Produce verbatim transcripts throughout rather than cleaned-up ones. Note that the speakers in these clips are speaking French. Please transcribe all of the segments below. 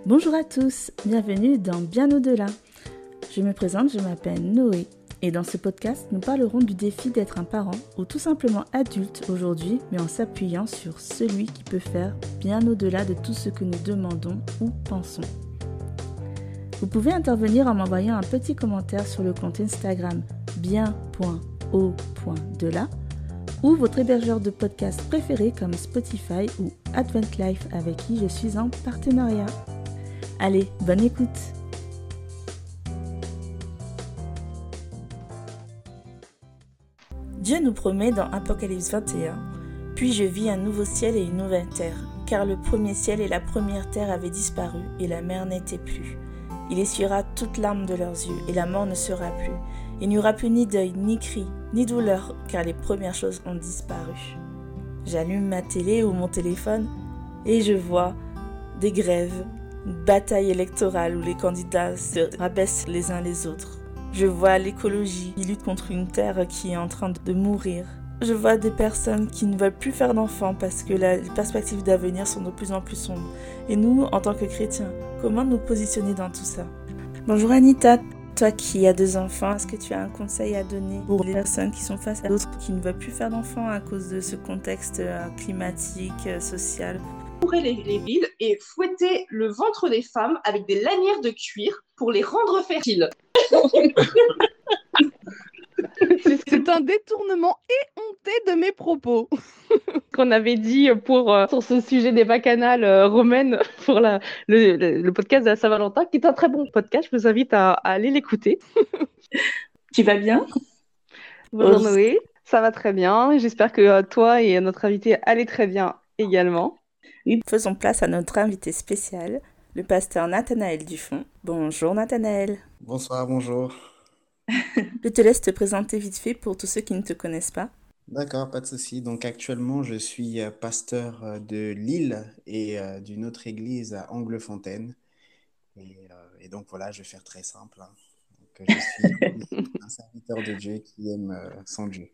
Bonjour à tous, bienvenue dans Bien au-delà. Je me présente, je m'appelle Noé et dans ce podcast, nous parlerons du défi d'être un parent ou tout simplement adulte aujourd'hui, mais en s'appuyant sur celui qui peut faire bien au-delà de tout ce que nous demandons ou pensons. Vous pouvez intervenir en m'envoyant un petit commentaire sur le compte Instagram bien point au point delà ou votre hébergeur de podcast préféré comme Spotify ou Advent Life avec qui je suis en partenariat. Allez, bonne écoute! Dieu nous promet dans Apocalypse vingt et un « Puis je vis un nouveau ciel et une nouvelle terre, car le premier ciel et la première terre avaient disparu, et la mer n'était plus. Il essuiera toute larme de leurs yeux, et la mort ne sera plus. Il n'y aura plus ni deuil, ni cri, ni douleur, car les premières choses ont disparu. » J'allume ma télé ou mon téléphone, et je vois des grèves, une bataille électorale où les candidats se rabaissent les uns les autres. Je vois l'écologie qui lutte contre une terre qui est en train de mourir. Je vois des personnes qui ne veulent plus faire d'enfants parce que la- les perspectives d'avenir sont de plus en plus sombres. Et nous, en tant que chrétiens, comment nous positionner dans tout ça? Bonjour Anita, toi qui as deux enfants, est-ce que tu as un conseil à donner pour les personnes qui sont face à d'autres qui ne veulent plus faire d'enfants à cause de ce contexte euh, climatique, euh, social? Bourrer les, les villes et fouetter le ventre des femmes avec des lanières de cuir pour les rendre fertiles. C'est un détournement éhonté de mes propos qu'on avait dit pour, euh, sur ce sujet des bacchanales euh, romaines pour la, le, le, le podcast de la Saint-Valentin, qui est un très bon podcast. Je vous invite à, à aller l'écouter. Tu vas bien? Bonjour Oh, Noé, ça va très bien. J'espère que euh, toi et notre invité allez très bien également. Oui, faisons place à notre invité spécial, le pasteur Nathanaël Dufont. Bonjour Nathanaël. Bonsoir, bonjour. Je te laisse te présenter vite fait pour tous ceux qui ne te connaissent pas. D'accord, pas de souci. Donc actuellement, je suis euh, pasteur euh, de Lille et euh, d'une autre église à Anglefontaine. Et, euh, et donc voilà, je vais faire très simple, hein. Donc, euh, je suis un serviteur de Dieu qui aime euh, son Dieu.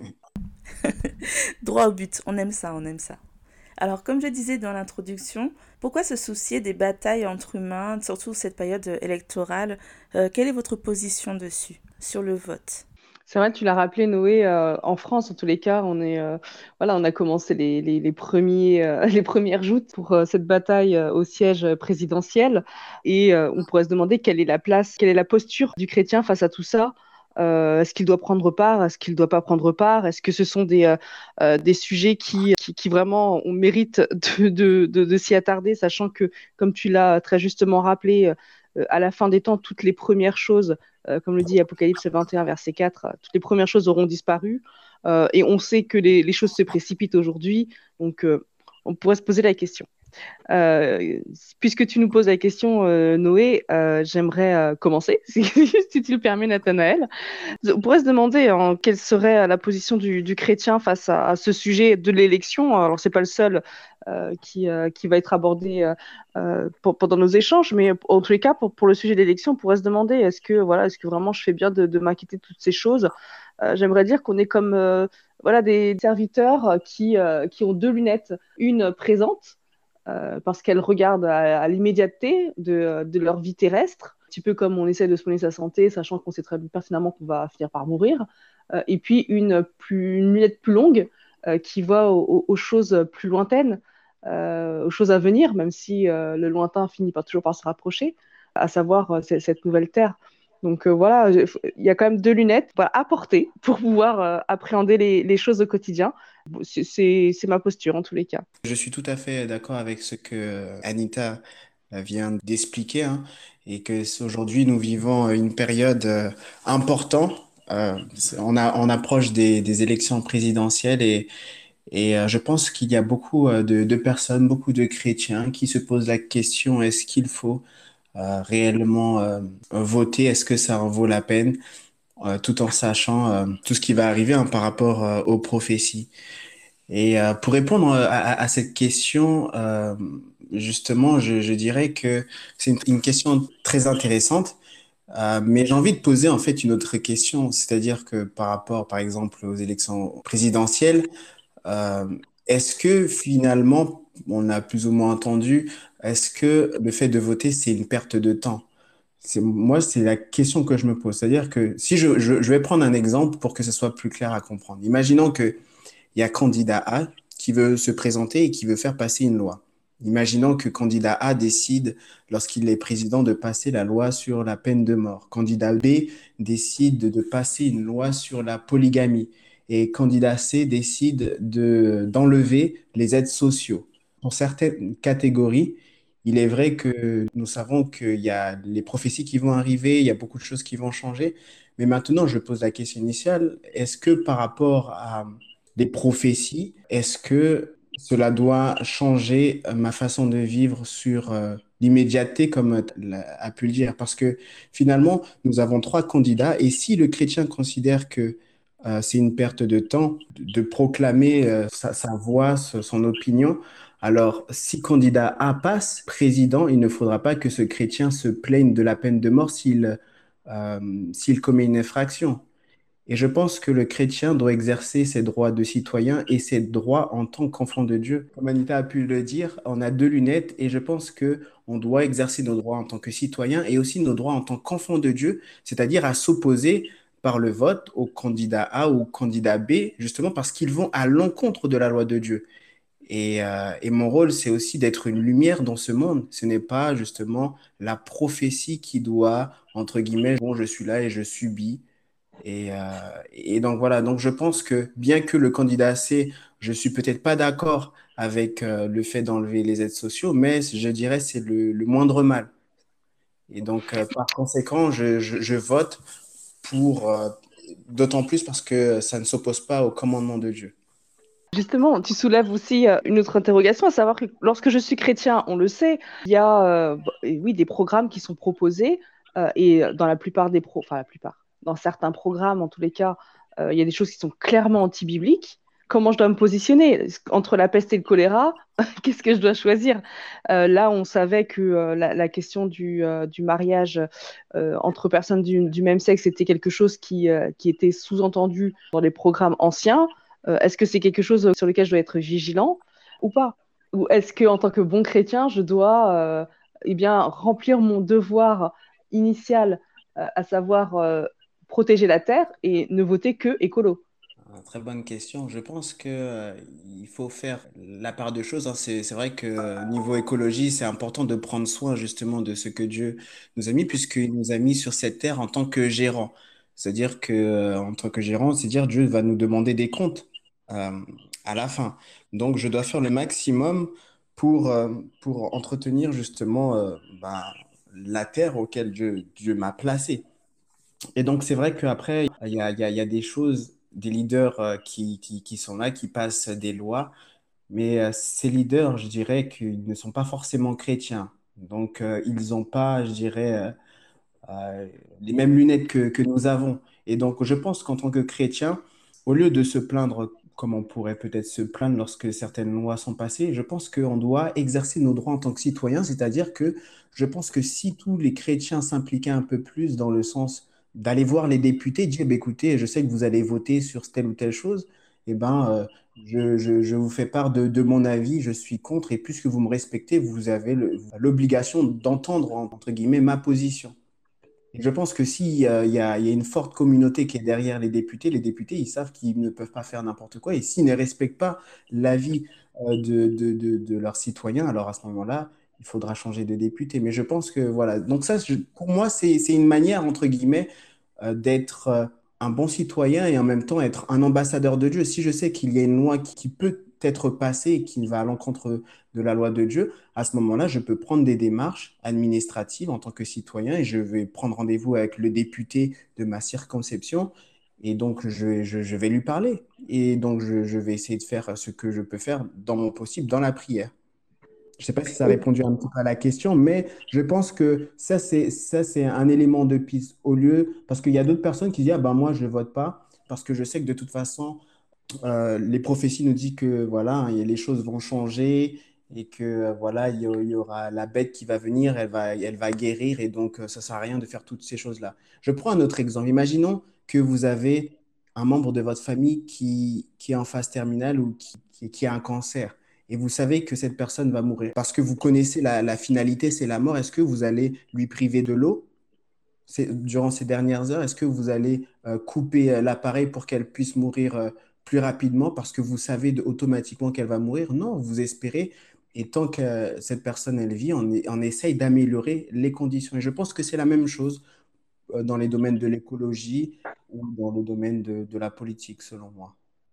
Droit au but, on aime ça, on aime ça. Alors, comme je disais dans l'introduction, pourquoi se soucier des batailles entre humains, surtout cette période électorale? Euh, quelle est votre position dessus, sur le vote? C'est vrai, tu l'as rappelé, Noé, euh, en France, en tous les cas, on est, euh, voilà, on a commencé les, les, les premiers, euh, les premières joutes pour euh, cette bataille euh, au siège présidentiel. Et euh, on pourrait se demander quelle est la place, quelle est la posture du chrétien face à tout ça. Euh, est-ce qu'il doit prendre part? Est-ce qu'il ne doit pas prendre part? Est-ce que ce sont des, euh, euh, des sujets qui, qui, qui vraiment on mérite de, de, de, de s'y attarder, sachant que, comme tu l'as très justement rappelé, euh, à la fin des temps, toutes les premières choses euh, comme le dit Apocalypse vingt et un, verset quatre, euh, toutes les premières choses auront disparu. Euh, et on sait que les, les choses se précipitent aujourd'hui. Donc, euh, on pourrait se poser la question. Euh, puisque tu nous poses la question, euh, Noé, euh, j'aimerais euh, commencer, si, si tu le permets, Nathanaël. On pourrait se demander hein, quelle serait la position du, du chrétien face à, à ce sujet de l'élection. Alors, c'est pas le seul euh, qui, euh, qui va être abordé euh, euh, pour- pendant nos échanges, mais en tous les cas, pour, pour le sujet de l'élection, on pourrait se demander est-ce que, voilà, est-ce que vraiment je fais bien de, de m'inquiéter de toutes ces choses? Euh, J'aimerais dire qu'on est comme euh, voilà, des serviteurs qui, euh, qui ont deux lunettes, une présente euh, parce qu'elles regardent à, à l'immédiateté de, de leur vie terrestre, un petit peu comme on essaie de soigner sa santé, sachant qu'on sait très pertinemment qu'on va finir par mourir, euh, et puis une, plus, une lunette plus longue euh, qui voit aux, aux choses plus lointaines, euh, aux choses à venir, même si euh, le lointain finit par toujours par se rapprocher, à savoir euh, cette nouvelle terre. Donc euh, voilà, il y a quand même deux lunettes voilà, à porter pour pouvoir euh, appréhender les, les choses au quotidien. C'est c'est ma posture en tous les cas. Je suis tout à fait d'accord avec ce que euh, Anita euh, vient d'expliquer, hein, et que c'est- aujourd'hui nous vivons une période euh, importante. Euh, c'est- on a, on approche des, des élections présidentielles et Et euh, je pense qu'il y a beaucoup euh, de, de personnes, beaucoup de chrétiens qui se posent la question, est-ce qu'il faut euh, réellement euh, voter? Est-ce que ça en vaut la peine? Euh, tout en sachant euh, tout ce qui va arriver hein, par rapport euh, aux prophéties. Et euh, pour répondre euh, à, à- à cette question, euh, justement, je, je dirais que c'est une, une question très intéressante. Euh, mais j'ai envie de poser en fait une autre question, c'est-à-dire que par rapport, par exemple, aux élections présidentielles, euh, est-ce que finalement, on a plus ou moins entendu, est-ce que le fait de voter, c'est une perte de temps? C'est, moi, c'est la question que je me pose. C'est-à-dire que si je, je, je vais prendre un exemple pour que ce soit plus clair à comprendre. Imaginons qu'il y a candidat A qui veut se présenter et qui veut faire passer une loi. Imaginons que candidat A décide, lorsqu'il est président, de passer la loi sur la peine de mort. Candidat B décide de passer une loi sur la polygamie. Et candidat C décide de, d'enlever les aides sociaux. Pour certaines catégories, il est vrai que nous savons qu'il y a les prophéties qui vont arriver, il y a beaucoup de choses qui vont changer. Mais maintenant, je pose la question initiale, est-ce que par rapport à des prophéties, est-ce que cela doit changer euh, ma façon de vivre sur euh, l'immédiateté, comme euh, l'a- a pu le dire? Parce que finalement, nous avons trois candidats, et si le chrétien considère que euh, c'est une perte de temps de, de proclamer euh, sa, sa voix, ce- son opinion, alors si candidat A passe président, il ne faudra pas que ce chrétien se plaigne de la peine de mort s'il euh, s'il commet une infraction. Et je pense que le chrétien doit exercer ses droits de citoyen et ses droits en tant qu'enfant de Dieu. Comme Anita a pu le dire, on a deux lunettes et je pense que on doit exercer nos droits en tant que citoyen et aussi nos droits en tant qu'enfant de Dieu, c'est-à-dire à s'opposer par le vote au candidat A ou au candidat B, justement parce qu'ils vont à l'encontre de la loi de Dieu. Et, euh, et mon rôle, c'est aussi d'être une lumière dans ce monde. Ce n'est pas justement la prophétie qui doit, entre guillemets, bon, je suis là et je subis. Et, euh, et donc voilà, donc je pense que bien que le candidat C, je suis peut-être pas d'accord avec euh, le fait d'enlever les aides sociaux, mais je dirais c'est le, le moindre mal. Et donc euh, par conséquent, je, je, je vote pour, euh, d'autant plus parce que ça ne s'oppose pas au commandement de Dieu. Justement, tu soulèves aussi euh, une autre interrogation, à savoir que lorsque je suis chrétien, on le sait, il y a euh, b- et oui, des programmes qui sont proposés euh, et dans la plupart des pro, enfin la plupart, dans certains programmes, en tous les cas, euh, il y a des choses qui sont clairement anti-bibliques. Comment je dois me positionner entre la peste et le choléra? Qu'est-ce que je dois choisir? Euh, là, on savait que euh, la, la question du, euh, du mariage euh, entre personnes du, du même sexe était quelque chose qui, euh, qui était sous-entendu dans les programmes anciens. Euh, est-ce que c'est quelque chose sur lequel je dois être vigilant ou pas? Ou est-ce que en tant que bon chrétien, je dois euh, eh bien, remplir mon devoir initial, euh, à savoir euh, protéger la terre et ne voter que écolo? Ah, très bonne question. Je pense que, euh, il faut faire la part de choses, hein. C'est, c'est vrai que euh, niveau écologie, c'est important de prendre soin justement de ce que Dieu nous a mis, puisqu'il nous a mis sur cette terre en tant que gérant. C'est-à-dire que, euh, en tant que gérant, c'est-à-dire Dieu va nous demander des comptes euh, à la fin. Donc, je dois faire le maximum pour, euh, pour entretenir justement euh, bah, la terre auquel Dieu, Dieu m'a placé. Et donc, c'est vrai qu'après, il y a, il y a, il y a des choses, des leaders euh, qui, qui, qui sont là, qui passent des lois, mais euh, ces leaders, je dirais qu'ils ne sont pas forcément chrétiens. Donc, euh, ils n'ont pas, je dirais, euh, euh, les mêmes lunettes que, que nous avons. Et donc, je pense qu'en tant que chrétien, au lieu de se plaindre comme on pourrait peut-être se plaindre lorsque certaines lois sont passées, je pense qu'on doit exercer nos droits en tant que citoyens, c'est-à-dire que je pense que si tous les chrétiens s'impliquaient un peu plus dans le sens d'aller voir les députés, dire, bah, écoutez, je sais que vous allez voter sur telle ou telle chose, eh ben, euh, je, je- je vous fais part de, de mon avis, je suis contre, et puisque vous me respectez, vous avez le- l'obligation d'entendre, entre guillemets, ma position. Et je pense que s'il y a, il y a- il y a une forte communauté qui est derrière les députés, les députés, ils savent qu'ils ne peuvent pas faire n'importe quoi. Et s'ils ne respectent pas l'avis euh, de, de, de, de leurs citoyens, alors à ce moment-là, il faudra changer de député. Mais je pense que voilà. Donc ça, je- pour moi, c'est, c'est une manière, entre guillemets, euh, d'être euh, un bon citoyen et en même temps être un ambassadeur de Dieu. Si je sais qu'il y a une loi qui, qui peut être passée et qui va à l'encontre de la loi de Dieu, à ce moment-là, je peux prendre des démarches administratives en tant que citoyen et je vais prendre rendez-vous avec le député de ma circonscription et donc je, je- je vais lui parler. Et donc je, je vais essayer de faire ce que je peux faire dans mon possible, dans la prière. Je ne sais pas si ça a répondu un petit peu à la question, mais je pense que ça, c'est, ça, c'est un élément de piste au lieu, parce qu'il y a d'autres personnes qui disent, ah ben moi, je ne vote pas, parce que je sais que de toute façon, euh, les prophéties nous disent que voilà, hein, et les choses vont changer et que euh, voilà, il y, a- il y aura la bête qui va venir, elle va, elle va guérir et donc euh, ça sert à rien de faire toutes ces choses-là. Je prends un autre exemple. Imaginons que vous avez un membre de votre famille qui, qui est en phase terminale ou qui, qui, qui a un cancer. et vous savez que cette personne va mourir. Parce que vous connaissez la, la finalité, c'est la mort. Est-ce que vous allez lui priver de l'eau c'est- durant ces dernières heures? Est-ce que vous allez euh, couper euh, l'appareil pour qu'elle puisse mourir euh, plus rapidement parce que vous savez de- automatiquement qu'elle va mourir? Non, vous espérez. Et tant que euh, cette personne, elle vit, on, est- on essaye d'améliorer les conditions. Et je pense que c'est la même chose euh, dans les domaines de l'écologie ou dans le domaine de, de la politique, selon moi.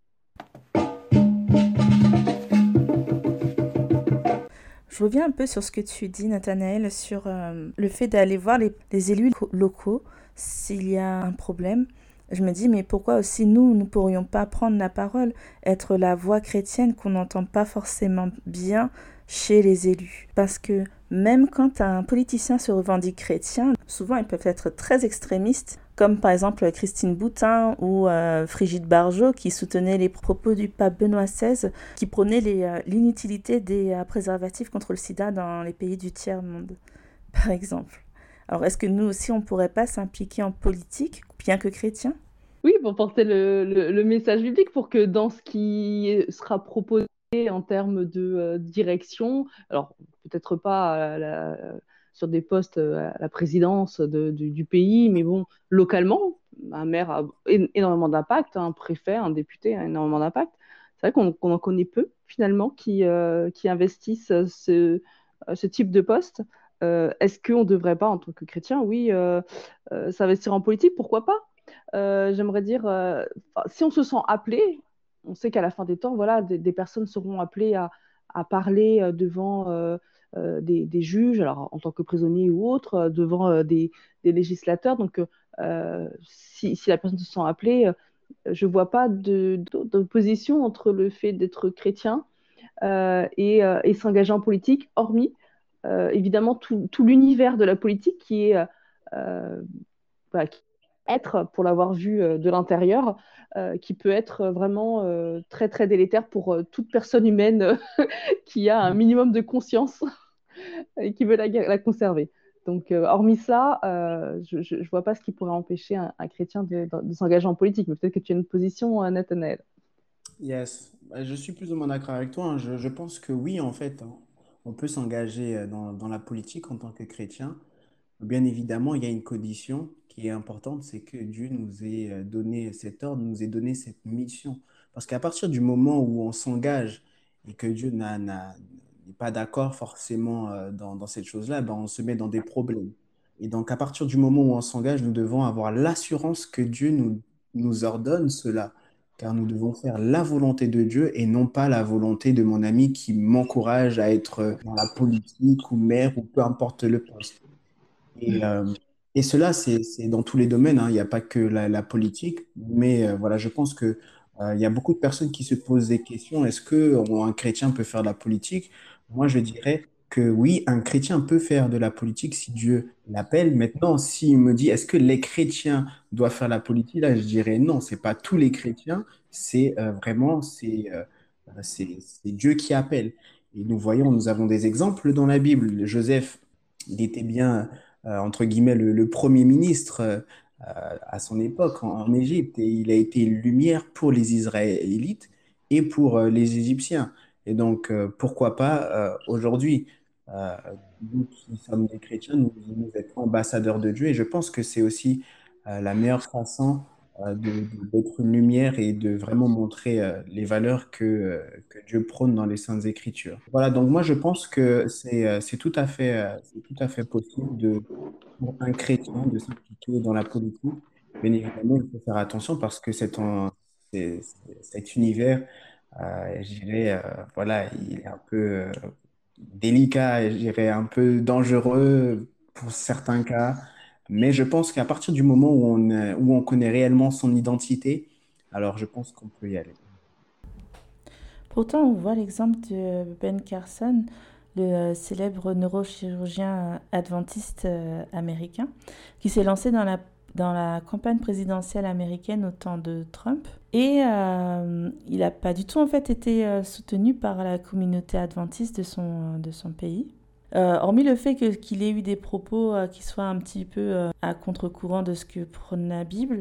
Je reviens un peu sur ce que tu dis, Nathanaël, sur euh, le fait d'aller voir les, les élus co- locaux s'il y a un problème. Je me dis, mais pourquoi aussi nous, nous ne pourrions pas prendre la parole, être la voix chrétienne qu'on n'entend pas forcément bien chez les élus? Parce que même quand un politicien se revendique chrétien, souvent ils peuvent être très extrémistes, comme par exemple Christine Boutin ou euh, Brigitte Bardot qui soutenaient les propos du pape Benoît seize, qui prônait les, euh, l'inutilité des euh, préservatifs contre le sida dans les pays du tiers-monde, par exemple. Alors est-ce que nous aussi on ne pourrait pas s'impliquer en politique, bien que chrétien? Oui, pour porter le, le- le message biblique, pour que dans ce qui sera proposé en termes de euh, direction, alors peut-être pas à la- sur des postes euh, à la présidence de- du, du pays, mais bon, localement, un maire a é- énormément d'impact, un préfet, un député a énormément d'impact. C'est vrai qu'on qu'on en connaît peu, finalement, qui, euh, qui investissent ce, ce type de poste. Euh, est-ce qu'on ne devrait pas, en tant que chrétien, oui, euh, euh, s'investir en politique? Pourquoi pas? Euh, j'aimerais dire, euh, si on se sent appelé, on sait qu'à la fin des temps, voilà, des, des personnes seront appelées à, à parler euh, devant euh, euh, des, des juges, alors en tant que prisonnier ou autre, euh, devant euh, des, des législateurs. Donc, euh, si, si la personne se sent appelée, euh, je ne vois pas de- de- d'opposition entre le fait d'être chrétien euh, et, euh, et s'engager en politique, hormis euh, évidemment tout, tout l'univers de la politique qui est euh, bah, qui- être, pour l'avoir vu euh, de l'intérieur, euh, qui peut être vraiment euh, très très délétère pour euh, toute personne humaine euh, qui a un minimum de conscience et qui veut la, la conserver. Donc, euh, hormis ça, euh, je ne vois pas ce qui pourrait empêcher un, un chrétien de, de- de s'engager en politique. Mais peut-être que tu as une position, euh, Nathanaël. Yes, Bah, je suis plus ou moins d'accord avec toi, hein. Je, je pense que oui, en fait, hein, on peut s'engager euh, dans, dans la politique en tant que chrétien. Bien évidemment, il y a une condition qui est importante, c'est que Dieu nous ait euh, donné cet ordre, nous ait donné cette mission. Parce qu'à partir du moment où on s'engage et que Dieu n'a, n'a- n'est pas d'accord forcément euh, dans, dans cette chose-là, ben on se met dans des problèmes. Et donc, à partir du moment où on s'engage, nous devons avoir l'assurance que Dieu nous, nous ordonne cela. Car nous devons faire la volonté de Dieu et non pas la volonté de mon ami qui m'encourage à être dans la politique ou maire ou peu importe le poste. Et, euh, et cela, c'est, c'est dans tous les domaines, hein. Il n'y a pas que la, la politique, mais euh, voilà, je pense que, euh, il y a beaucoup de personnes qui se posent des questions. Est-ce que euh, un chrétien peut faire de la politique? Moi, je dirais que oui, un chrétien peut faire de la politique si Dieu l'appelle. Maintenant, s'il me dit, est-ce que les chrétiens doivent faire la politique? Là, je dirais non, c'est pas tous les chrétiens, c'est euh, vraiment, c'est euh, c'est c'est Dieu qui appelle. Et nous voyons, nous avons des exemples dans la Bible. Joseph, il était bien euh, entre guillemets, le, le premier ministre euh, à son époque en, en Égypte. Et il a été une lumière pour les Israélites et pour euh, les Égyptiens. Et donc, euh, pourquoi pas euh, aujourd'hui, euh, nous qui sommes des chrétiens, nous, nous être ambassadeurs de Dieu. Et je pense que c'est aussi euh, la meilleure façon euh, de, de- d'être une lumière et de vraiment montrer euh, les valeurs que, euh, que Dieu prône dans les Saintes Écritures. Voilà, donc moi je pense que c'est euh, c'est tout à fait, euh, c'est tout à fait possible de, pour un chrétien de s'impliquer dans la politique. Bien évidemment, il faut faire attention parce que c'est un, c'est- c'est- cet univers, euh, je dirais, euh, voilà, il est un peu euh, délicat et je dirais un peu dangereux pour certains cas. Mais je pense qu'à partir du moment où on, euh, où on connaît réellement son identité, alors je pense qu'on peut y aller. Pourtant, on voit l'exemple de Ben Carson, le euh, célèbre neurochirurgien adventiste euh, américain, qui s'est lancé dans la, dans la campagne présidentielle américaine au temps de Trump. Et euh, il n'a pas du tout en fait été euh, soutenu par la communauté adventiste de son, de son pays. Euh, hormis le fait que, qu'il ait eu des propos euh, qui soient un petit peu euh, à contre-courant de ce que prône la Bible,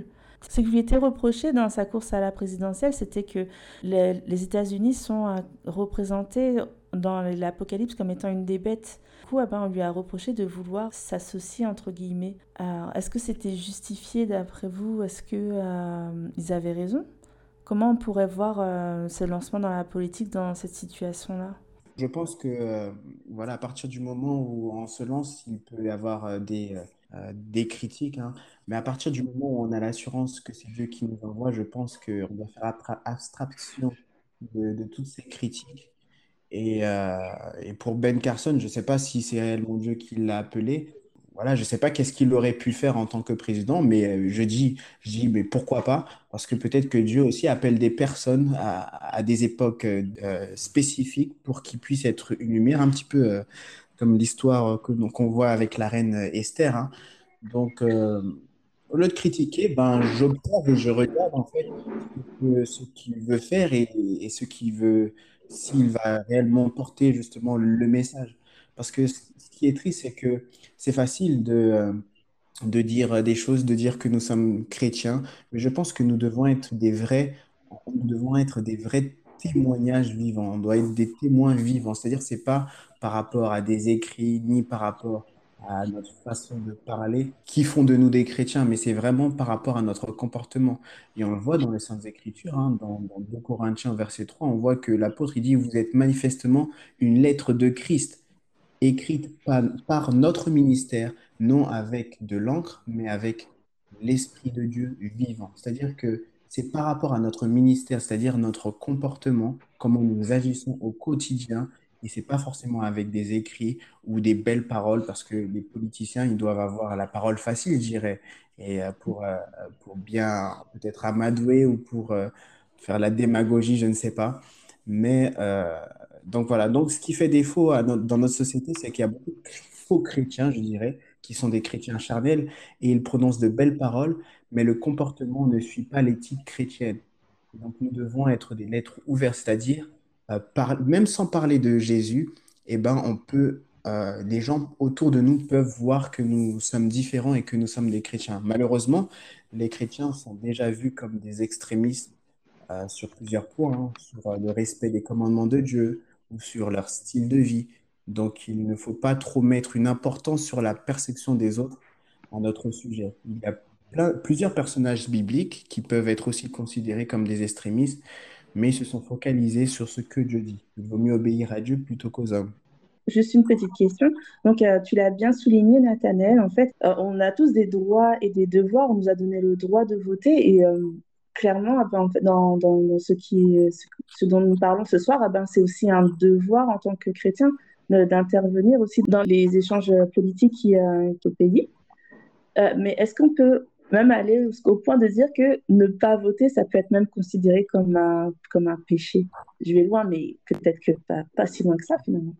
Ce qui lui était reproché dans sa course à la présidentielle, c'était que les, les États-Unis sont euh, représentés dans l'Apocalypse comme étant une des bêtes. Du coup, eh ben, on lui a reproché de vouloir s'associer, entre guillemets. Alors, est-ce que c'était justifié d'après vous? Est-ce qu'ils euh, avaient raison? Comment on pourrait voir euh, ce lancement dans la politique dans cette situation-là? Je pense que euh, voilà, à partir du moment où on se lance, il peut y avoir euh, des, euh, euh, des critiques, hein. Mais à partir du moment où on a l'assurance que c'est Dieu qui nous envoie, je pense qu'on doit faire abtra- abstraction de, de toutes ces critiques. Et, euh, et pour Ben Carson, je ne sais pas si c'est réellement Dieu qui l'a appelé. Voilà, je ne sais pas qu'est-ce qu'il aurait pu faire en tant que président, mais euh, je dis, je dis, mais pourquoi pas? Parce que peut-être que Dieu aussi appelle des personnes à, à des époques euh, euh, spécifiques pour qu'ils puissent être une lumière, un petit peu euh, comme l'histoire que, donc, qu'on voit avec la reine Esther, hein. Donc, euh, au lieu de critiquer, ben, j'observe et je regarde en fait ce que- ce qu'il veut faire et, et ce qu'il veut, s'il va réellement porter justement le message. Parce que ce ce qui est triste, c'est que c'est facile de, euh, de dire des choses, de dire que nous sommes chrétiens, mais je pense que nous devons être des vrais, nous devons être des vrais témoignages vivants. On doit être des témoins vivants. C'est-à-dire, c'est pas par rapport à des écrits, ni par rapport à notre façon de parler qui font de nous des chrétiens, mais c'est vraiment par rapport à notre comportement. Et on le voit dans les Saintes Écritures, hein, dans, dans deux Corinthiens, verset trois, on voit que l'apôtre, il dit, vous êtes manifestement une lettre de Christ écrite par, par notre ministère, non avec de l'encre, mais avec l'Esprit de Dieu vivant. C'est-à-dire que c'est par rapport à notre ministère, c'est-à-dire notre comportement, comment nous agissons au quotidien, et c'est pas forcément avec des écrits ou des belles paroles, parce que les politiciens, ils doivent avoir la parole facile, je dirais, et euh, pour, euh, pour bien peut-être amadouer ou pour euh, faire la démagogie, je ne sais pas. Mais euh, donc voilà, donc ce qui fait défaut à no- dans notre société, c'est qu'il y a beaucoup de faux chrétiens, je dirais, qui sont des chrétiens charnels et ils prononcent de belles paroles, mais le comportement ne suit pas l'éthique chrétienne. Et donc nous devons être des lettres ouvertes, c'est-à-dire, euh, par- même sans parler de Jésus, eh ben, on peut, euh, les gens autour de nous peuvent voir que nous sommes différents et que nous sommes des chrétiens. Malheureusement, les chrétiens sont déjà vus comme des extrémistes euh, sur plusieurs points, hein, sur euh, le respect des commandements de Dieu ou sur leur style de vie. Donc, il ne faut pas trop mettre une importance sur la perception des autres à notre sujet. Il y a plein- plusieurs personnages bibliques qui peuvent être aussi considérés comme des extrémistes, mais ils se sont focalisés sur ce que Dieu dit. Il vaut mieux obéir à Dieu plutôt qu'aux hommes. Juste une petite question. Donc, euh, tu l'as bien souligné, Nathanaël. En fait, euh, on a tous des droits et des devoirs. On nous a donné le droit de voter. Et euh, clairement, ah ben, en fait, dans, dans, dans ce qui, ce, ce dont nous parlons ce soir, ah ben, c'est aussi un devoir en tant que chrétien de- d'intervenir aussi dans les échanges politiques qui, euh, qui au pays. Euh, mais est-ce qu'on peut même aller jusqu'au point de dire que ne pas voter, ça peut être même considéré comme un, comme un péché? Je vais loin, mais peut-être que pas, pas si loin que ça, finalement.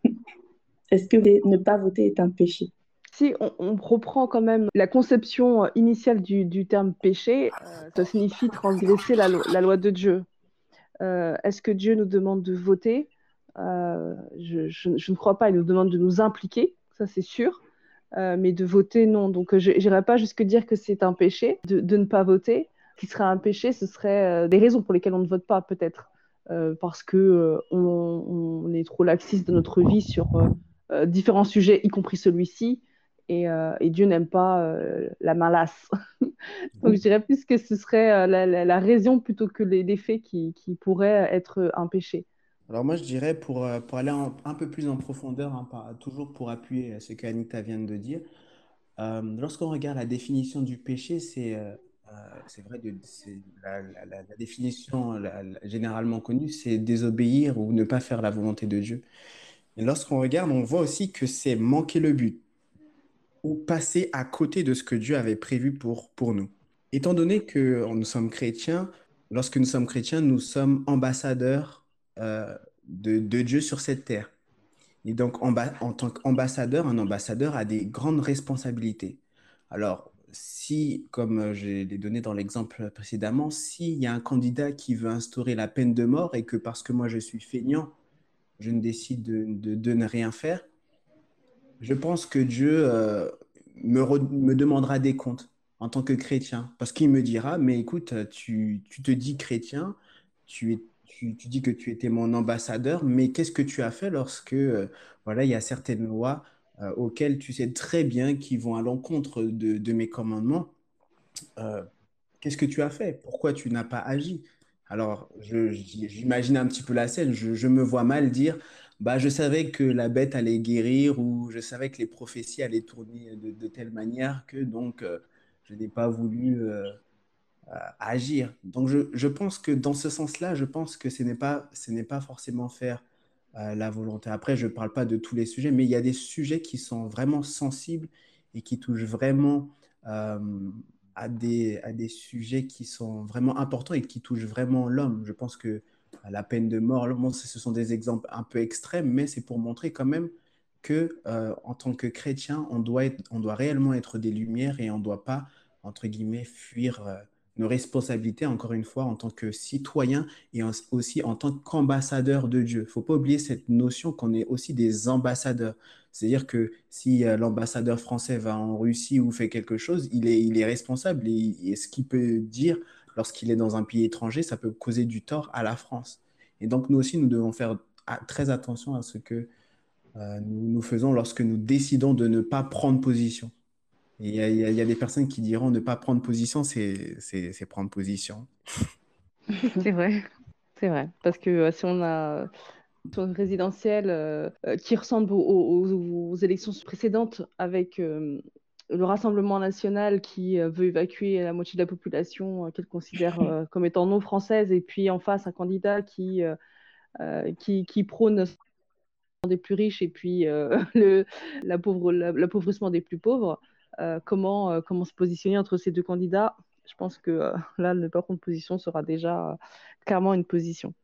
Est-ce que ne pas voter est un péché? Si on, on reprend quand même la conception euh, initiale du, du terme péché, euh, ça signifie transgresser la, lo- la loi de Dieu. Euh, est-ce que Dieu nous demande de voter? Euh, je, je- je ne crois pas. Il nous demande de nous impliquer, ça c'est sûr. Euh, mais de voter, non. Donc, euh, je n'irai pas jusque dire que c'est un péché de, de ne pas voter. Ce qui serait un péché, ce serait euh, des raisons pour lesquelles on ne vote pas, peut-être. Euh, parce que euh, on, on est trop laxiste de notre vie sur euh, euh, différents sujets, y compris celui-ci. Et, euh, et Dieu n'aime pas euh, la main lasse. Donc, je dirais plus que ce serait euh, la, la- la raison plutôt que les, les faits qui, qui pourraient être un péché. Alors moi, je dirais, pour, euh, pour aller en- un peu plus en profondeur, hein, par- toujours pour appuyer ce qu'Anita vient de dire, euh, lorsqu'on regarde la définition du péché, c'est euh, euh, c'est vrai, de, c'est la, la- la- la définition la- la- généralement connue, c'est désobéir ou ne pas faire la volonté de Dieu. Et lorsqu'on regarde, on voit aussi que c'est manquer le but ou passer à côté de ce que Dieu avait prévu pour, pour nous. Étant donné que nous sommes chrétiens, lorsque nous sommes chrétiens, nous sommes ambassadeurs euh, de, de Dieu sur cette terre. Et donc, amba- en tant qu'ambassadeur, un ambassadeur a des grandes responsabilités. Alors, si, comme euh, je l'ai donné dans l'exemple précédemment, s'il y a un candidat qui veut instaurer la peine de mort et que parce que moi je suis feignant, je ne décide de, de- de ne rien faire, je pense que Dieu euh, me, re- me demandera des comptes en tant que chrétien? Parce qu'il me dira, mais écoute, tu, tu te dis chrétien, tu es, tu, tu dis que tu étais mon ambassadeur, mais qu'est-ce que tu as fait lorsque, euh, voilà, il y a certaines lois euh, auxquelles tu sais très bien qui vont à l'encontre de, de mes commandements? Euh, Qu'est-ce que tu as fait? Pourquoi tu n'as pas agi? Alors, je- j- j'imagine un petit peu la scène. Je, je me vois mal dire, bah, je savais que la bête allait guérir ou je savais que les prophéties allaient tourner de, de telle manière que donc euh, je n'ai pas voulu euh, à agir. Donc, je, je pense que dans ce sens-là, je pense que ce n'est pas, ce n'est pas forcément faire euh, la volonté. Après, je ne parle pas de tous les sujets, mais il y a des sujets qui sont vraiment sensibles et qui touchent vraiment euh, à des, à des sujets qui sont vraiment importants et qui touchent vraiment l'homme. Je pense que euh, la peine de mort, bon, ce ce sont des exemples un peu extrêmes, mais c'est pour montrer quand même que euh, en tant que chrétien, on doit être, on doit réellement être des lumières et on ne doit pas, entre guillemets, fuir. Euh, nos responsabilités, encore une fois, en tant que citoyen et en- aussi en tant qu'ambassadeur de Dieu. Il ne faut pas oublier cette notion qu'on est aussi des ambassadeurs. C'est-à-dire que si euh, l'ambassadeur français va en Russie ou fait quelque chose, il est, il est responsable et, et ce qu'il peut dire lorsqu'il est dans un pays étranger, ça peut causer du tort à la France. Et donc nous aussi, nous devons faire a- très attention à ce que euh, nous, nous faisons lorsque nous décidons de ne pas prendre position. Et Il y a, il y a- il y a des personnes qui diront ne pas prendre position, c'est c'est- c'est prendre position. C'est vrai, c'est vrai. Parce que euh, si on a sur une résidentielle euh, euh, qui ressemble aux, aux- aux élections précédentes avec euh, le Rassemblement national qui euh, veut évacuer la moitié de la population euh, qu'elle considère euh, comme étant non française et puis en face un candidat qui, euh, euh, qui, qui prône des plus riches et puis euh, le, la pauvre, la- l'appauvrissement des plus pauvres. Euh, comment, euh, comment se positionner entre ces deux candidats? Je pense que euh, là, ne pas prendre position sera déjà euh, clairement une position.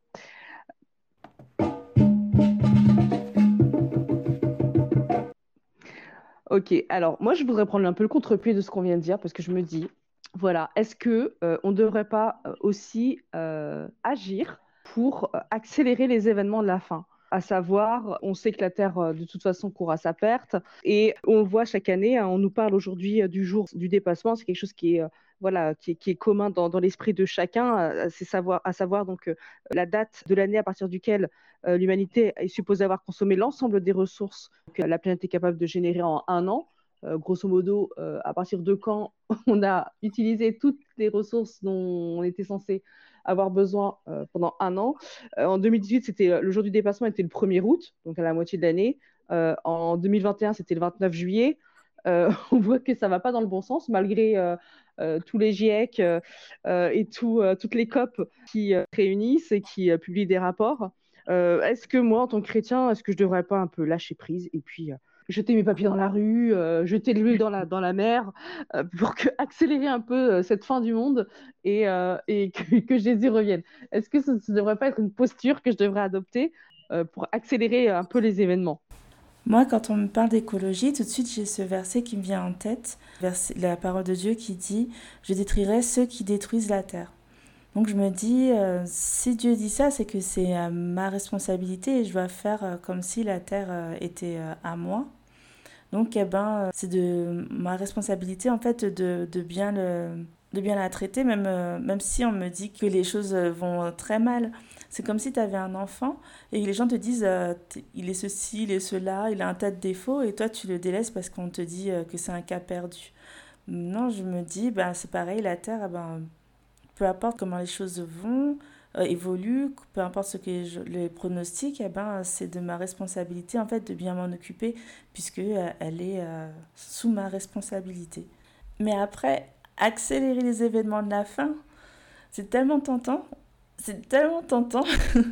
Ok, alors moi je voudrais prendre un peu le contre-pied de ce qu'on vient de dire parce que je me dis, voilà, est-ce que euh, on ne devrait pas euh, aussi euh, agir pour euh, accélérer les événements de la fin? À savoir, on sait que la Terre euh, de toute façon court à sa perte et on le voit chaque année, hein, on nous parle aujourd'hui euh, du jour du dépassement, c'est quelque chose qui est, euh, voilà, qui est, qui est commun dans, dans l'esprit de chacun, euh, c'est savoir, à savoir donc euh, la date de l'année à partir duquel euh, l'humanité est supposée avoir consommé l'ensemble des ressources que la planète est capable de générer en un an. Euh, grosso modo, euh, à partir de quand on a utilisé toutes les ressources dont on était censé avoir besoin euh, pendant un an. Euh, en deux mille dix-huit, c'était, le jour du dépassement était le premier août, donc à la moitié de l'année. Euh, en deux mille vingt et un, c'était le vingt-neuf juillet. Euh, on voit que ça ne va pas dans le bon sens, malgré euh, euh, tous les GIEC euh, euh, et tout, euh, toutes les COP qui euh, réunissent et qui euh, publient des rapports. Euh, est-ce que moi, en tant que chrétien, est-ce que je devrais pas un peu lâcher prise et puis euh, jeter mes papiers dans la rue, euh, jeter de l'huile dans la, dans la mer euh, pour que, accélérer un peu euh, cette fin du monde et, euh, et que, que Jésus revienne? Est-ce que ça ne devrait pas être une posture que je devrais adopter euh, pour accélérer un peu les événements? Moi, quand on me parle d'écologie, tout de suite, j'ai ce verset qui me vient en tête, verset, la parole de Dieu qui dit « Je détruirai ceux qui détruisent la terre ». Donc je me dis, euh, si Dieu dit ça, c'est que c'est euh, ma responsabilité et je dois faire euh, comme si la terre euh, était euh, à moi. Donc eh ben, euh, c'est de ma responsabilité en fait de, de, bien, le, de bien la traiter, même, euh, même si on me dit que les choses vont très mal. C'est comme si tu avais un enfant et que les gens te disent euh, il est ceci, il est cela, il a un tas de défauts et toi tu le délaisses parce qu'on te dit euh, que c'est un cas perdu. Non, je me dis, ben, c'est pareil, la terre, ben, peu importe comment les choses vont, euh, évoluent, peu importe ce que je, les pronostics, eh ben, c'est de ma responsabilité en fait de bien m'en occuper puisque euh, elle est euh, sous ma responsabilité. Mais après, accélérer les événements de la fin, c'est tellement tentant, c'est tellement tentant.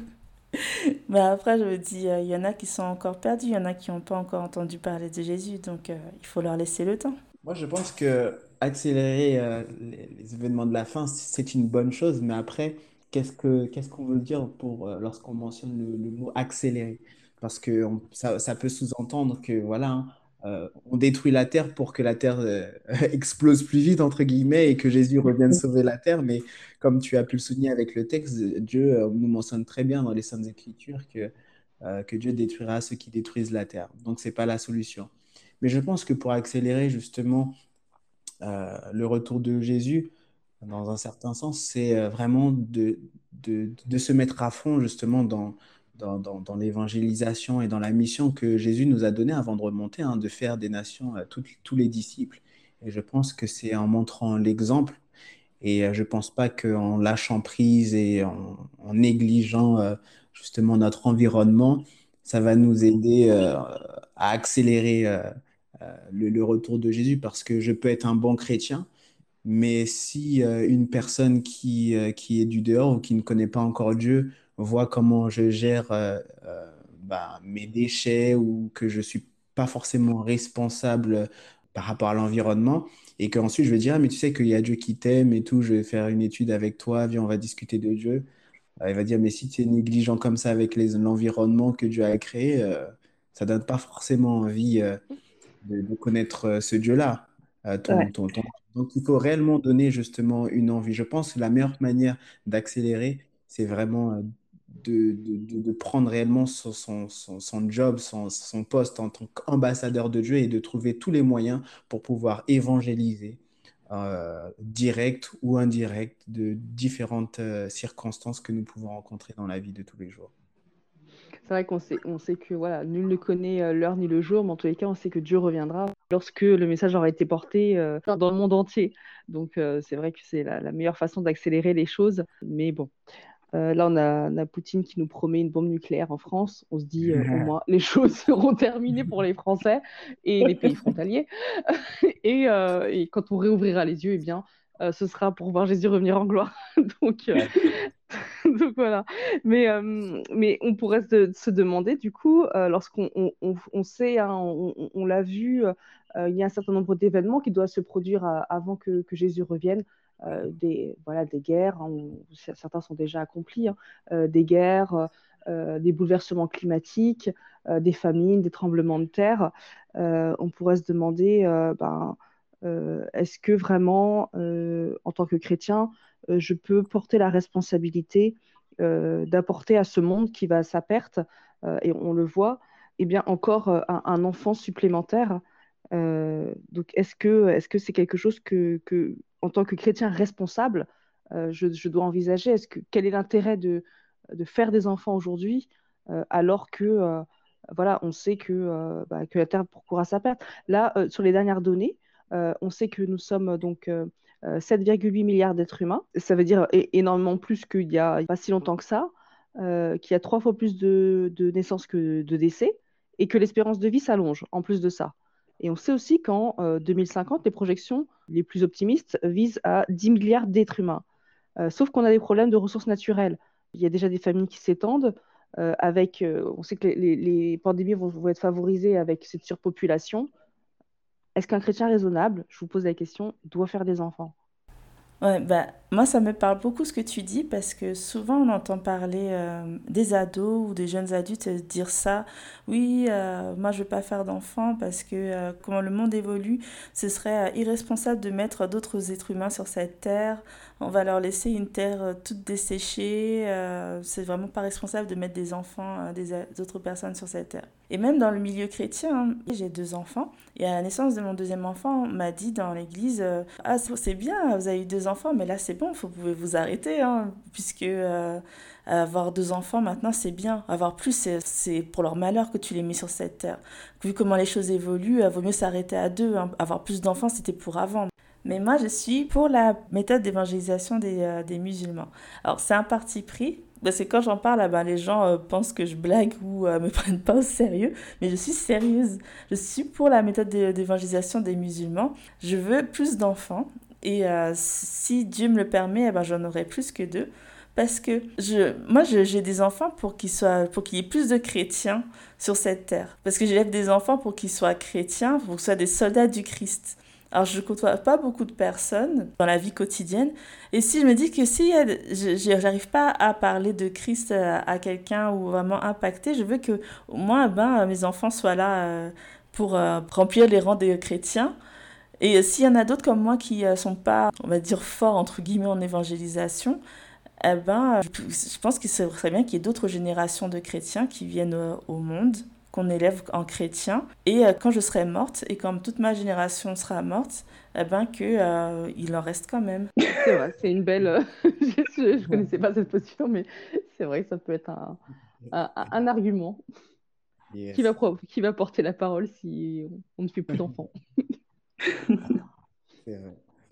bah après, je me dis, il euh, y en a qui sont encore perdus, il y en a qui n'ont pas encore entendu parler de Jésus, donc euh, il faut leur laisser le temps. Moi, je pense que accélérer euh, les, les événements de la fin, c'est une bonne chose, mais après, qu'est-ce que qu'est-ce qu'on veut dire pour euh, lorsqu'on mentionne le, le mot accélérer? Parce que on- ça, ça peut sous-entendre que voilà, hein, euh, on détruit la terre pour que la terre euh, explose plus vite entre guillemets et que Jésus revienne sauver la terre. Mais comme tu as pu le souligner avec le texte, Dieu euh, nous mentionne très bien dans les Saintes Écritures que euh, que Dieu détruira ceux qui détruisent la terre. Donc c'est pas la solution. Mais je pense que pour accélérer justement euh, le retour de Jésus, dans un certain sens, c'est euh, vraiment de, de, de se mettre à fond justement dans, dans, dans, dans l'évangélisation et dans la mission que Jésus nous a donnée avant de remonter, hein, de faire des nations euh, toutes- tous les disciples. Et je pense que c'est en montrant l'exemple et euh, je pense pas qu'en lâchant prise et en, en négligeant euh, justement notre environnement, ça va nous aider euh, à accélérer euh, euh, le, le retour de Jésus parce que je peux être un bon chrétien, mais si euh, une personne qui, euh, qui est du dehors ou qui ne connaît pas encore Dieu voit comment je gère euh, euh, bah, mes déchets ou que je suis pas forcément responsable par rapport à l'environnement et qu'ensuite je vais dire, ah, mais tu sais qu'il y a Dieu qui t'aime et tout, je vais faire une étude avec toi, viens, on va discuter de Dieu. Euh, il va dire, mais si tu es négligent comme ça avec les- l'environnement que Dieu a créé, euh, ça donne pas forcément envie. Euh, de, de connaître euh, ce Dieu-là. Euh, ton, Ouais. ton, ton- Donc, il faut réellement donner justement une envie. Je pense que la meilleure manière d'accélérer, c'est vraiment euh, de, de, de- de prendre réellement son, son, son, son job, son, son poste en tant qu'ambassadeur de Dieu et de trouver tous les moyens pour pouvoir évangéliser, euh, direct ou indirect, de différentes euh, circonstances que nous pouvons rencontrer dans la vie de tous les jours. C'est vrai qu'on sait, on sait que voilà, nul ne connaît euh, l'heure ni le jour, mais en tous les cas, on sait que Dieu reviendra lorsque le message aura été porté euh, dans le monde entier. Donc, euh, c'est vrai que c'est la, la meilleure façon d'accélérer les choses. Mais bon, euh, là, on a, on a Poutine qui nous promet une bombe nucléaire en France. On se dit, euh, au moins, les choses seront terminées pour les Français et les pays frontaliers. Et, euh, et quand on réouvrira les yeux, eh bien, euh, ce sera pour voir Jésus revenir en gloire. Donc, euh, donc voilà. Mais, euh, mais on pourrait se, se demander, du coup, euh, lorsqu'on on, on- on sait, hein, on, on- on l'a vu, euh, il y a un certain nombre d'événements qui doivent se produire à- avant que, que Jésus revienne. Euh, des, voilà, des guerres, hein, on- certains sont déjà accomplis, hein, euh, des guerres, euh, des bouleversements climatiques, euh, des famines, des tremblements de terre. Euh, on pourrait se demander, euh, ben, euh, est-ce que vraiment, euh, en tant que chrétien, euh, je peux porter la responsabilité euh, d'apporter à ce monde qui va à sa perte, euh, et on le voit, eh bien encore euh, un, un enfant supplémentaire. Euh, donc est-ce que est-ce que c'est quelque chose que, que, en tant que chrétien responsable, euh, je, je dois envisager? Est-ce que quel est l'intérêt de, de faire des enfants aujourd'hui euh, alors que euh, voilà, on sait que, euh, bah, que la Terre court à sa perte. Là, euh, sur les dernières données, euh, on sait que nous sommes donc euh, euh, sept virgule huit milliards d'êtres humains. Ça veut dire é- énormément plus qu'il y a pas si longtemps que ça, euh, qu'il y a trois fois plus de, de naissances que de décès et que l'espérance de vie s'allonge en plus de ça. Et on sait aussi qu'en euh, deux mille cinquante, les projections les plus optimistes visent à dix milliards d'êtres humains. Euh, sauf qu'on a des problèmes de ressources naturelles. Il y a déjà des famines qui s'étendent. Euh, avec, euh, on sait que les, les- les pandémies vont, vont être favorisées avec cette surpopulation. Est-ce qu'un chrétien raisonnable, je vous pose la question, doit faire des enfants? Ouais, bah, moi, ça me parle beaucoup ce que tu dis parce que souvent on entend parler euh, des ados ou des jeunes adultes dire ça. Oui, euh, moi je veux pas faire d'enfants parce que euh, comment le monde évolue, ce serait euh, irresponsable de mettre d'autres êtres humains sur cette terre. On va leur laisser une terre euh, toute desséchée. Euh, c'est vraiment pas responsable de mettre des enfants, euh, des a- d'autres personnes sur cette terre. Et même dans le milieu chrétien, hein, j'ai deux enfants. Et à la naissance de mon deuxième enfant, on m'a dit dans l'église, euh, ah c'est c'est bien, vous avez eu deux enfants, mais là c'est bon, vous pouvez vous arrêter, hein, puisque euh, avoir deux enfants maintenant c'est bien. Avoir plus, c'est c'est pour leur malheur que tu les mets sur cette terre. Vu comment les choses évoluent, il vaut mieux s'arrêter à deux, hein. Avoir plus d'enfants, c'était pour avant. Mais moi, je suis pour la méthode d'évangélisation des, euh, des musulmans. Alors, c'est un parti pris, parce que quand j'en parle, ah ben, les gens euh, pensent que je blague ou euh, me prennent pas au sérieux, mais je suis sérieuse. Je suis pour la méthode d'é- d'évangélisation des musulmans. Je veux plus d'enfants, et euh, si Dieu me le permet, eh ben, j'en aurai plus que deux. Parce que je, moi, je- j'ai des enfants pour qu'ils soient, pour qu'il y ait plus de chrétiens sur cette terre. Parce que j'élève des enfants pour qu'ils soient chrétiens, pour qu'ils soient des soldats du Christ. Alors, je ne côtoie pas beaucoup de personnes dans la vie quotidienne. Et si je me dis que si euh, je n'arrive pas à parler de Christ à, à quelqu'un ou vraiment impacter, je veux que au moins ben, mes enfants soient là euh, pour euh, remplir les rangs des chrétiens. Et s'il y en a d'autres comme moi qui ne sont pas, on va dire, forts, entre guillemets, en évangélisation, eh ben, je, je pense que ce serait bien qu'il y ait d'autres générations de chrétiens qui viennent euh, au monde qu'on élève en chrétien. Et euh, quand je serai morte, et quand toute ma génération sera morte, eh ben que, euh, il en reste quand même. C'est vrai, c'est une belle. euh, je ne connaissais pas cette posture, mais c'est vrai que ça peut être un, un, un argument qui va, Yes. pro- qui va porter la parole si on, on ne fait plus d'enfants. C'est vrai.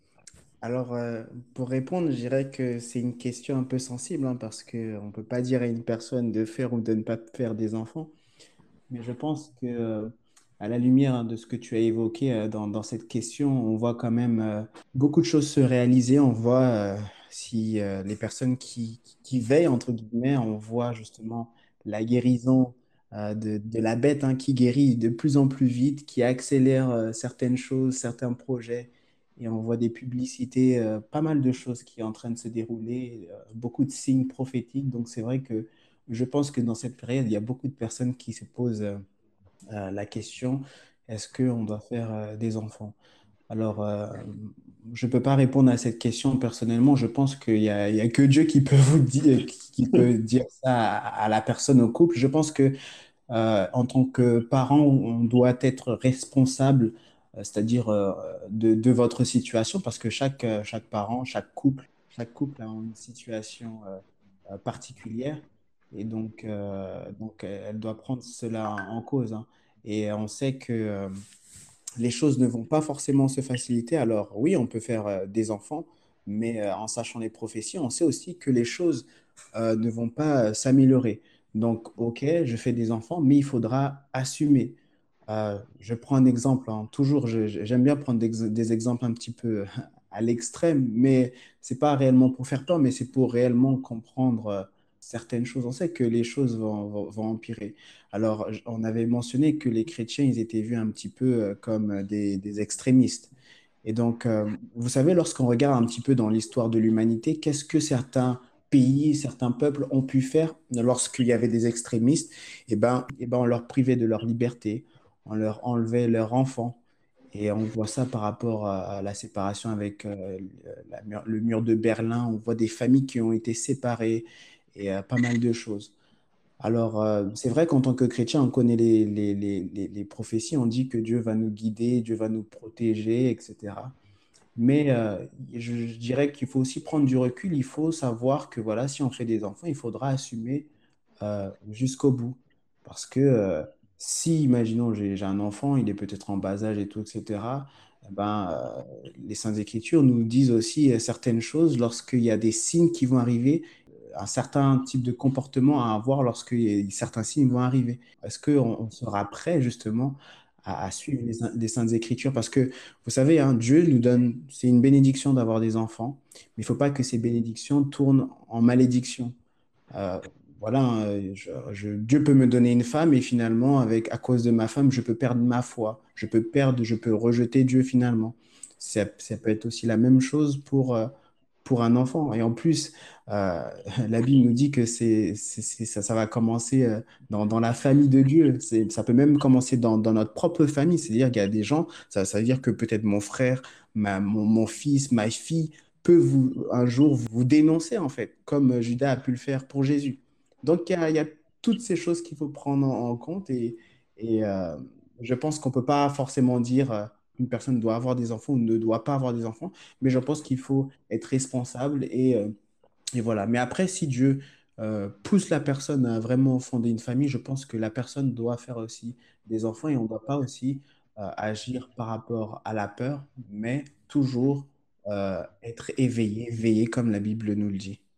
Alors, euh, pour répondre, je dirais que c'est une question un peu sensible, hein, parce qu'on ne peut pas dire à une personne de faire ou de ne pas faire des enfants. Mais je pense que, euh, à la lumière, hein, de ce que tu as évoqué euh, dans, dans cette question, on voit quand même euh, beaucoup de choses se réaliser. On voit euh, si euh, les personnes qui, qui veillent, entre guillemets, on voit justement la guérison euh, de, de la bête, hein, qui guérit de plus en plus vite, qui accélère euh, certaines choses, certains projets. Et on voit des publicités, euh, pas mal de choses qui sont en train de se dérouler, euh, beaucoup de signes prophétiques. Donc c'est vrai que je pense que dans cette période, il y a beaucoup de personnes qui se posent euh, euh, la question, est-ce qu'on doit faire euh, des enfants? Alors, euh, je ne peux pas répondre à cette question personnellement. Je pense qu'il y a, il y a que Dieu qui peut vous dire, qui qui peut dire ça à, à la personne, au couple. Je pense que euh, en tant que parent, on doit être responsable, euh, c'est-à-dire euh, de, de votre situation, parce que chaque, euh, chaque parent, chaque couple, chaque couple a une situation euh, euh, particulière, et donc, euh, donc euh, elle doit prendre cela en cause, hein. Et on sait que euh, les choses ne vont pas forcément se faciliter. Alors oui, on peut faire euh, des enfants, mais euh, en sachant les prophéties, on sait aussi que les choses euh, ne vont pas euh, s'améliorer. Donc, ok, je fais des enfants, mais il faudra assumer. Euh, je prends un exemple, hein. Toujours, je- je- j'aime bien prendre des, des exemples un petit peu à l'extrême, mais c'est pas réellement pour faire peur, mais c'est pour réellement comprendre euh, certaines choses. On sait que les choses vont, vont, vont empirer. Alors, j- on avait mentionné que les chrétiens, ils étaient vus un petit peu euh, comme euh, des, des extrémistes. Et donc, euh, vous savez, lorsqu'on regarde un petit peu dans l'histoire de l'humanité, qu'est-ce que certains pays, certains peuples ont pu faire lorsqu'il y avait des extrémistes? Eh ben, eh ben, on leur privait de leur liberté, on leur enlevait leurs enfants. Et on voit ça par rapport à, à la séparation avec euh, la mur- le mur de Berlin. On voit des familles qui ont été séparées et euh, pas mal de choses. Alors, euh, c'est vrai qu'en tant que chrétien, on connaît les, les, les, les, les prophéties, on dit que Dieu va nous guider, Dieu va nous protéger, et cetera. Mais euh, je, je dirais qu'il faut aussi prendre du recul, il faut savoir que voilà, si on fait des enfants, il faudra assumer euh, jusqu'au bout. Parce que euh, si, imaginons, j'ai, j'ai un enfant, il est peut-être en bas âge et tout, et cetera, eh ben, euh, les Saintes Écritures nous disent aussi euh, certaines choses lorsqu'il y a des signes qui vont arriver, un certain type de comportement à avoir lorsque certains signes vont arriver. Est-ce qu'on on sera prêt justement à, à suivre les, les Saintes Écritures? Parce que vous savez, hein, Dieu nous donne, c'est une bénédiction d'avoir des enfants, mais il ne faut pas que ces bénédictions tournent en malédiction. Euh, voilà, hein, je- je- Dieu peut me donner une femme et finalement, avec, à cause de ma femme, je peux perdre ma foi. Je peux perdre, je peux rejeter Dieu finalement. Ça, ça peut être aussi la même chose pour, euh, pour un enfant. Et en plus, euh, la Bible nous dit que c'est, c'est- c'est- ça, ça va commencer euh, dans, dans la famille de Dieu. C'est, ça peut même commencer dans, dans notre propre famille. C'est-à-dire qu'il y a des gens, ça, ça veut dire que peut-être mon frère, ma, mon, mon fils, ma fille, peut vous, un jour vous dénoncer, en fait, comme Judas a pu le faire pour Jésus. Donc, il y a, il y a toutes ces choses qu'il faut prendre en, en compte et, et euh, je pense qu'on ne peut pas forcément dire euh, qu'une personne doit avoir des enfants ou ne doit pas avoir des enfants, mais je pense qu'il faut être responsable et, euh, et voilà. Mais après, si Dieu euh, pousse la personne à vraiment fonder une famille, je pense que la personne doit faire aussi des enfants et on ne doit pas aussi euh, agir par rapport à la peur, mais toujours euh, être éveillé, veiller comme la Bible nous le dit.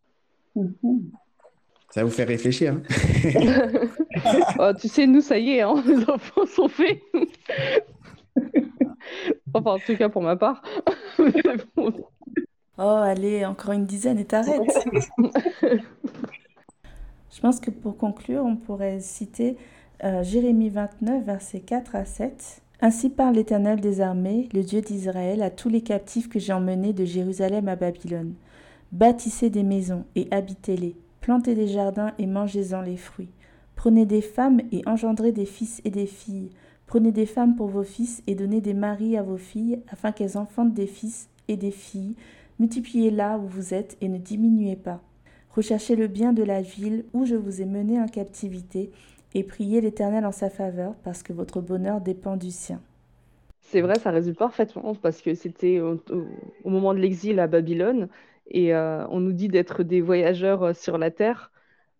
Mhm. Ça va vous faire réfléchir, hein? Oh, tu sais, nous, ça y est, hein, les enfants sont faits. Enfin, en tout cas, pour ma part. C'est bon. Oh, allez, encore une dizaine et t'arrêtes. Je pense que pour conclure, on pourrait citer euh, Jérémie vingt-neuf, versets quatre à sept. Ainsi parle l'Éternel des armées, le Dieu d'Israël, à tous les captifs que j'ai emmenés de Jérusalem à Babylone. Bâtissez des maisons et habitez-les. Plantez des jardins et mangez-en les fruits. Prenez des femmes et engendrez des fils et des filles. Prenez des femmes pour vos fils et donnez des maris à vos filles, afin qu'elles enfantent des fils et des filles. Multipliez là où vous êtes et ne diminuez pas. Recherchez le bien de la ville où je vous ai mené en captivité et priez l'Éternel en sa faveur parce que votre bonheur dépend du sien. C'est vrai, ça résume parfaitement parce que c'était au, au- au moment de l'exil à Babylone et euh, on nous dit d'être des voyageurs euh, sur la terre.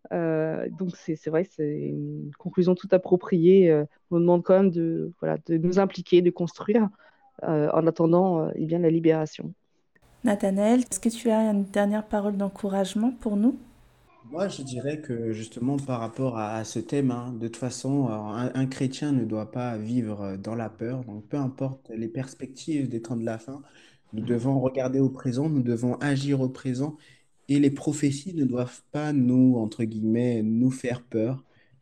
Euh, donc c'est c'est vrai, c'est une conclusion tout appropriée. Euh, on nous demande quand même de, voilà, de nous impliquer, de construire euh, en attendant euh, eh bien, la libération. Nathanaël, est-ce que tu as une dernière parole d'encouragement pour nous? Moi, je dirais que justement par rapport à, à ce thème, hein, de toute façon, euh, un, un chrétien ne doit pas vivre euh, dans la peur. Donc, peu importe les perspectives des temps de la fin, nous devons regarder au présent, nous devons agir au présent. Et les prophéties ne doivent pas nous, entre guillemets, nous faire peur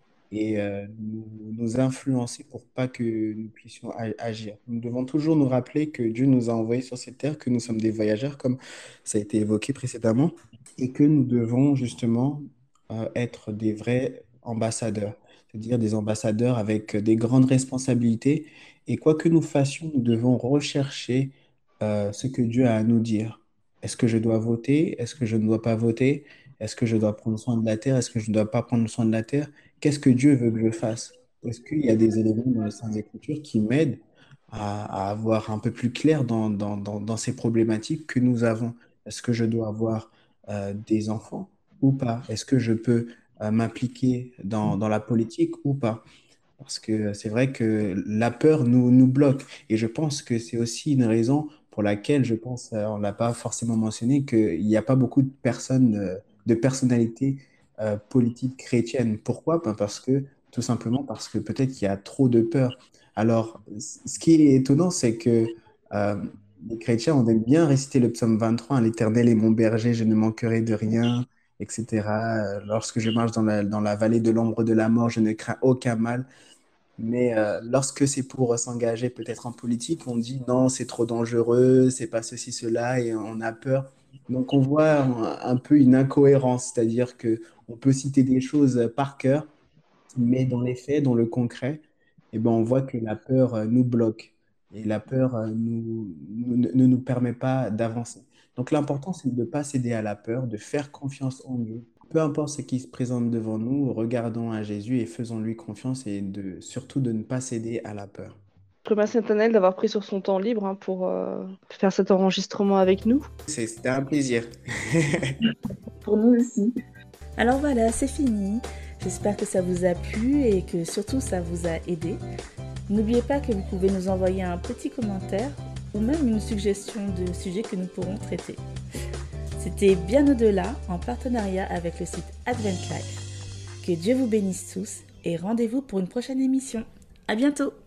et euh, nous, nous influencer pour pas que nous puissions a- agir. Nous devons toujours nous rappeler que Dieu nous a envoyés sur cette terre, que nous sommes des voyageurs, comme ça a été évoqué précédemment, et que nous devons justement euh, être des vrais ambassadeurs, c'est-à-dire des ambassadeurs avec des grandes responsabilités. Et quoi que nous fassions, nous devons rechercher euh, ce que Dieu a à nous dire. Est-ce que je dois voter? Est-ce que je ne dois pas voter? Est-ce que je dois prendre soin de la terre? Est-ce que je ne dois pas prendre soin de la terre? Qu'est-ce que Dieu veut que je fasse? Est-ce qu'il y a des éléments dans les Saintes Écritures qui m'aident à, à avoir un peu plus clair dans, dans, dans, dans ces problématiques que nous avons? Est-ce que je dois avoir euh, des enfants ou pas? Est-ce que je peux euh, m'impliquer dans, dans la politique ou pas? Parce que c'est vrai que la peur nous, nous bloque. Et je pense que c'est aussi une raison pour laquelle, je pense, euh, on ne l'a pas forcément mentionné, qu'il n'y a pas beaucoup de personnes, euh, de personnalités euh, politiques chrétiennes. Pourquoi? Ben parce que, tout simplement parce que peut-être qu'il y a trop de peur. Alors, c- ce qui est étonnant, c'est que euh, les chrétiens, on aime bien réciter le psaume vingt-trois, hein, L'Éternel est mon berger, je ne manquerai de rien, et cetera. Euh, Lorsque je marche dans la, dans la vallée de l'ombre de la mort, je ne crains aucun mal. Mais euh, lorsque c'est pour s'engager peut-être en politique, on dit non, c'est trop dangereux, c'est pas ceci, cela, et on a peur. Donc on voit un, un peu une incohérence, c'est-à-dire que on peut citer des choses par cœur, mais dans les faits, dans le concret, eh ben, on voit que la peur euh, nous bloque et la peur euh, nous, nous- ne ne nous permet pas d'avancer. Donc l'important, c'est de ne pas céder à la peur, de faire confiance en Dieu. Peu importe ce qui se présente devant nous, regardons à Jésus et faisons-lui confiance et de, surtout de ne pas céder à la peur. Je remercie Nathanaël d'avoir pris sur son temps libre hein, pour euh, faire cet enregistrement avec nous. C'est- C'était un plaisir. Pour nous aussi. Alors voilà, c'est fini. J'espère que ça vous a plu et que surtout ça vous a aidé. N'oubliez pas que vous pouvez nous envoyer un petit commentaire ou même une suggestion de sujet que nous pourrons traiter. C'était Bien au-delà en partenariat avec le site Advent Life. Que Dieu vous bénisse tous et rendez-vous pour une prochaine émission. À bientôt!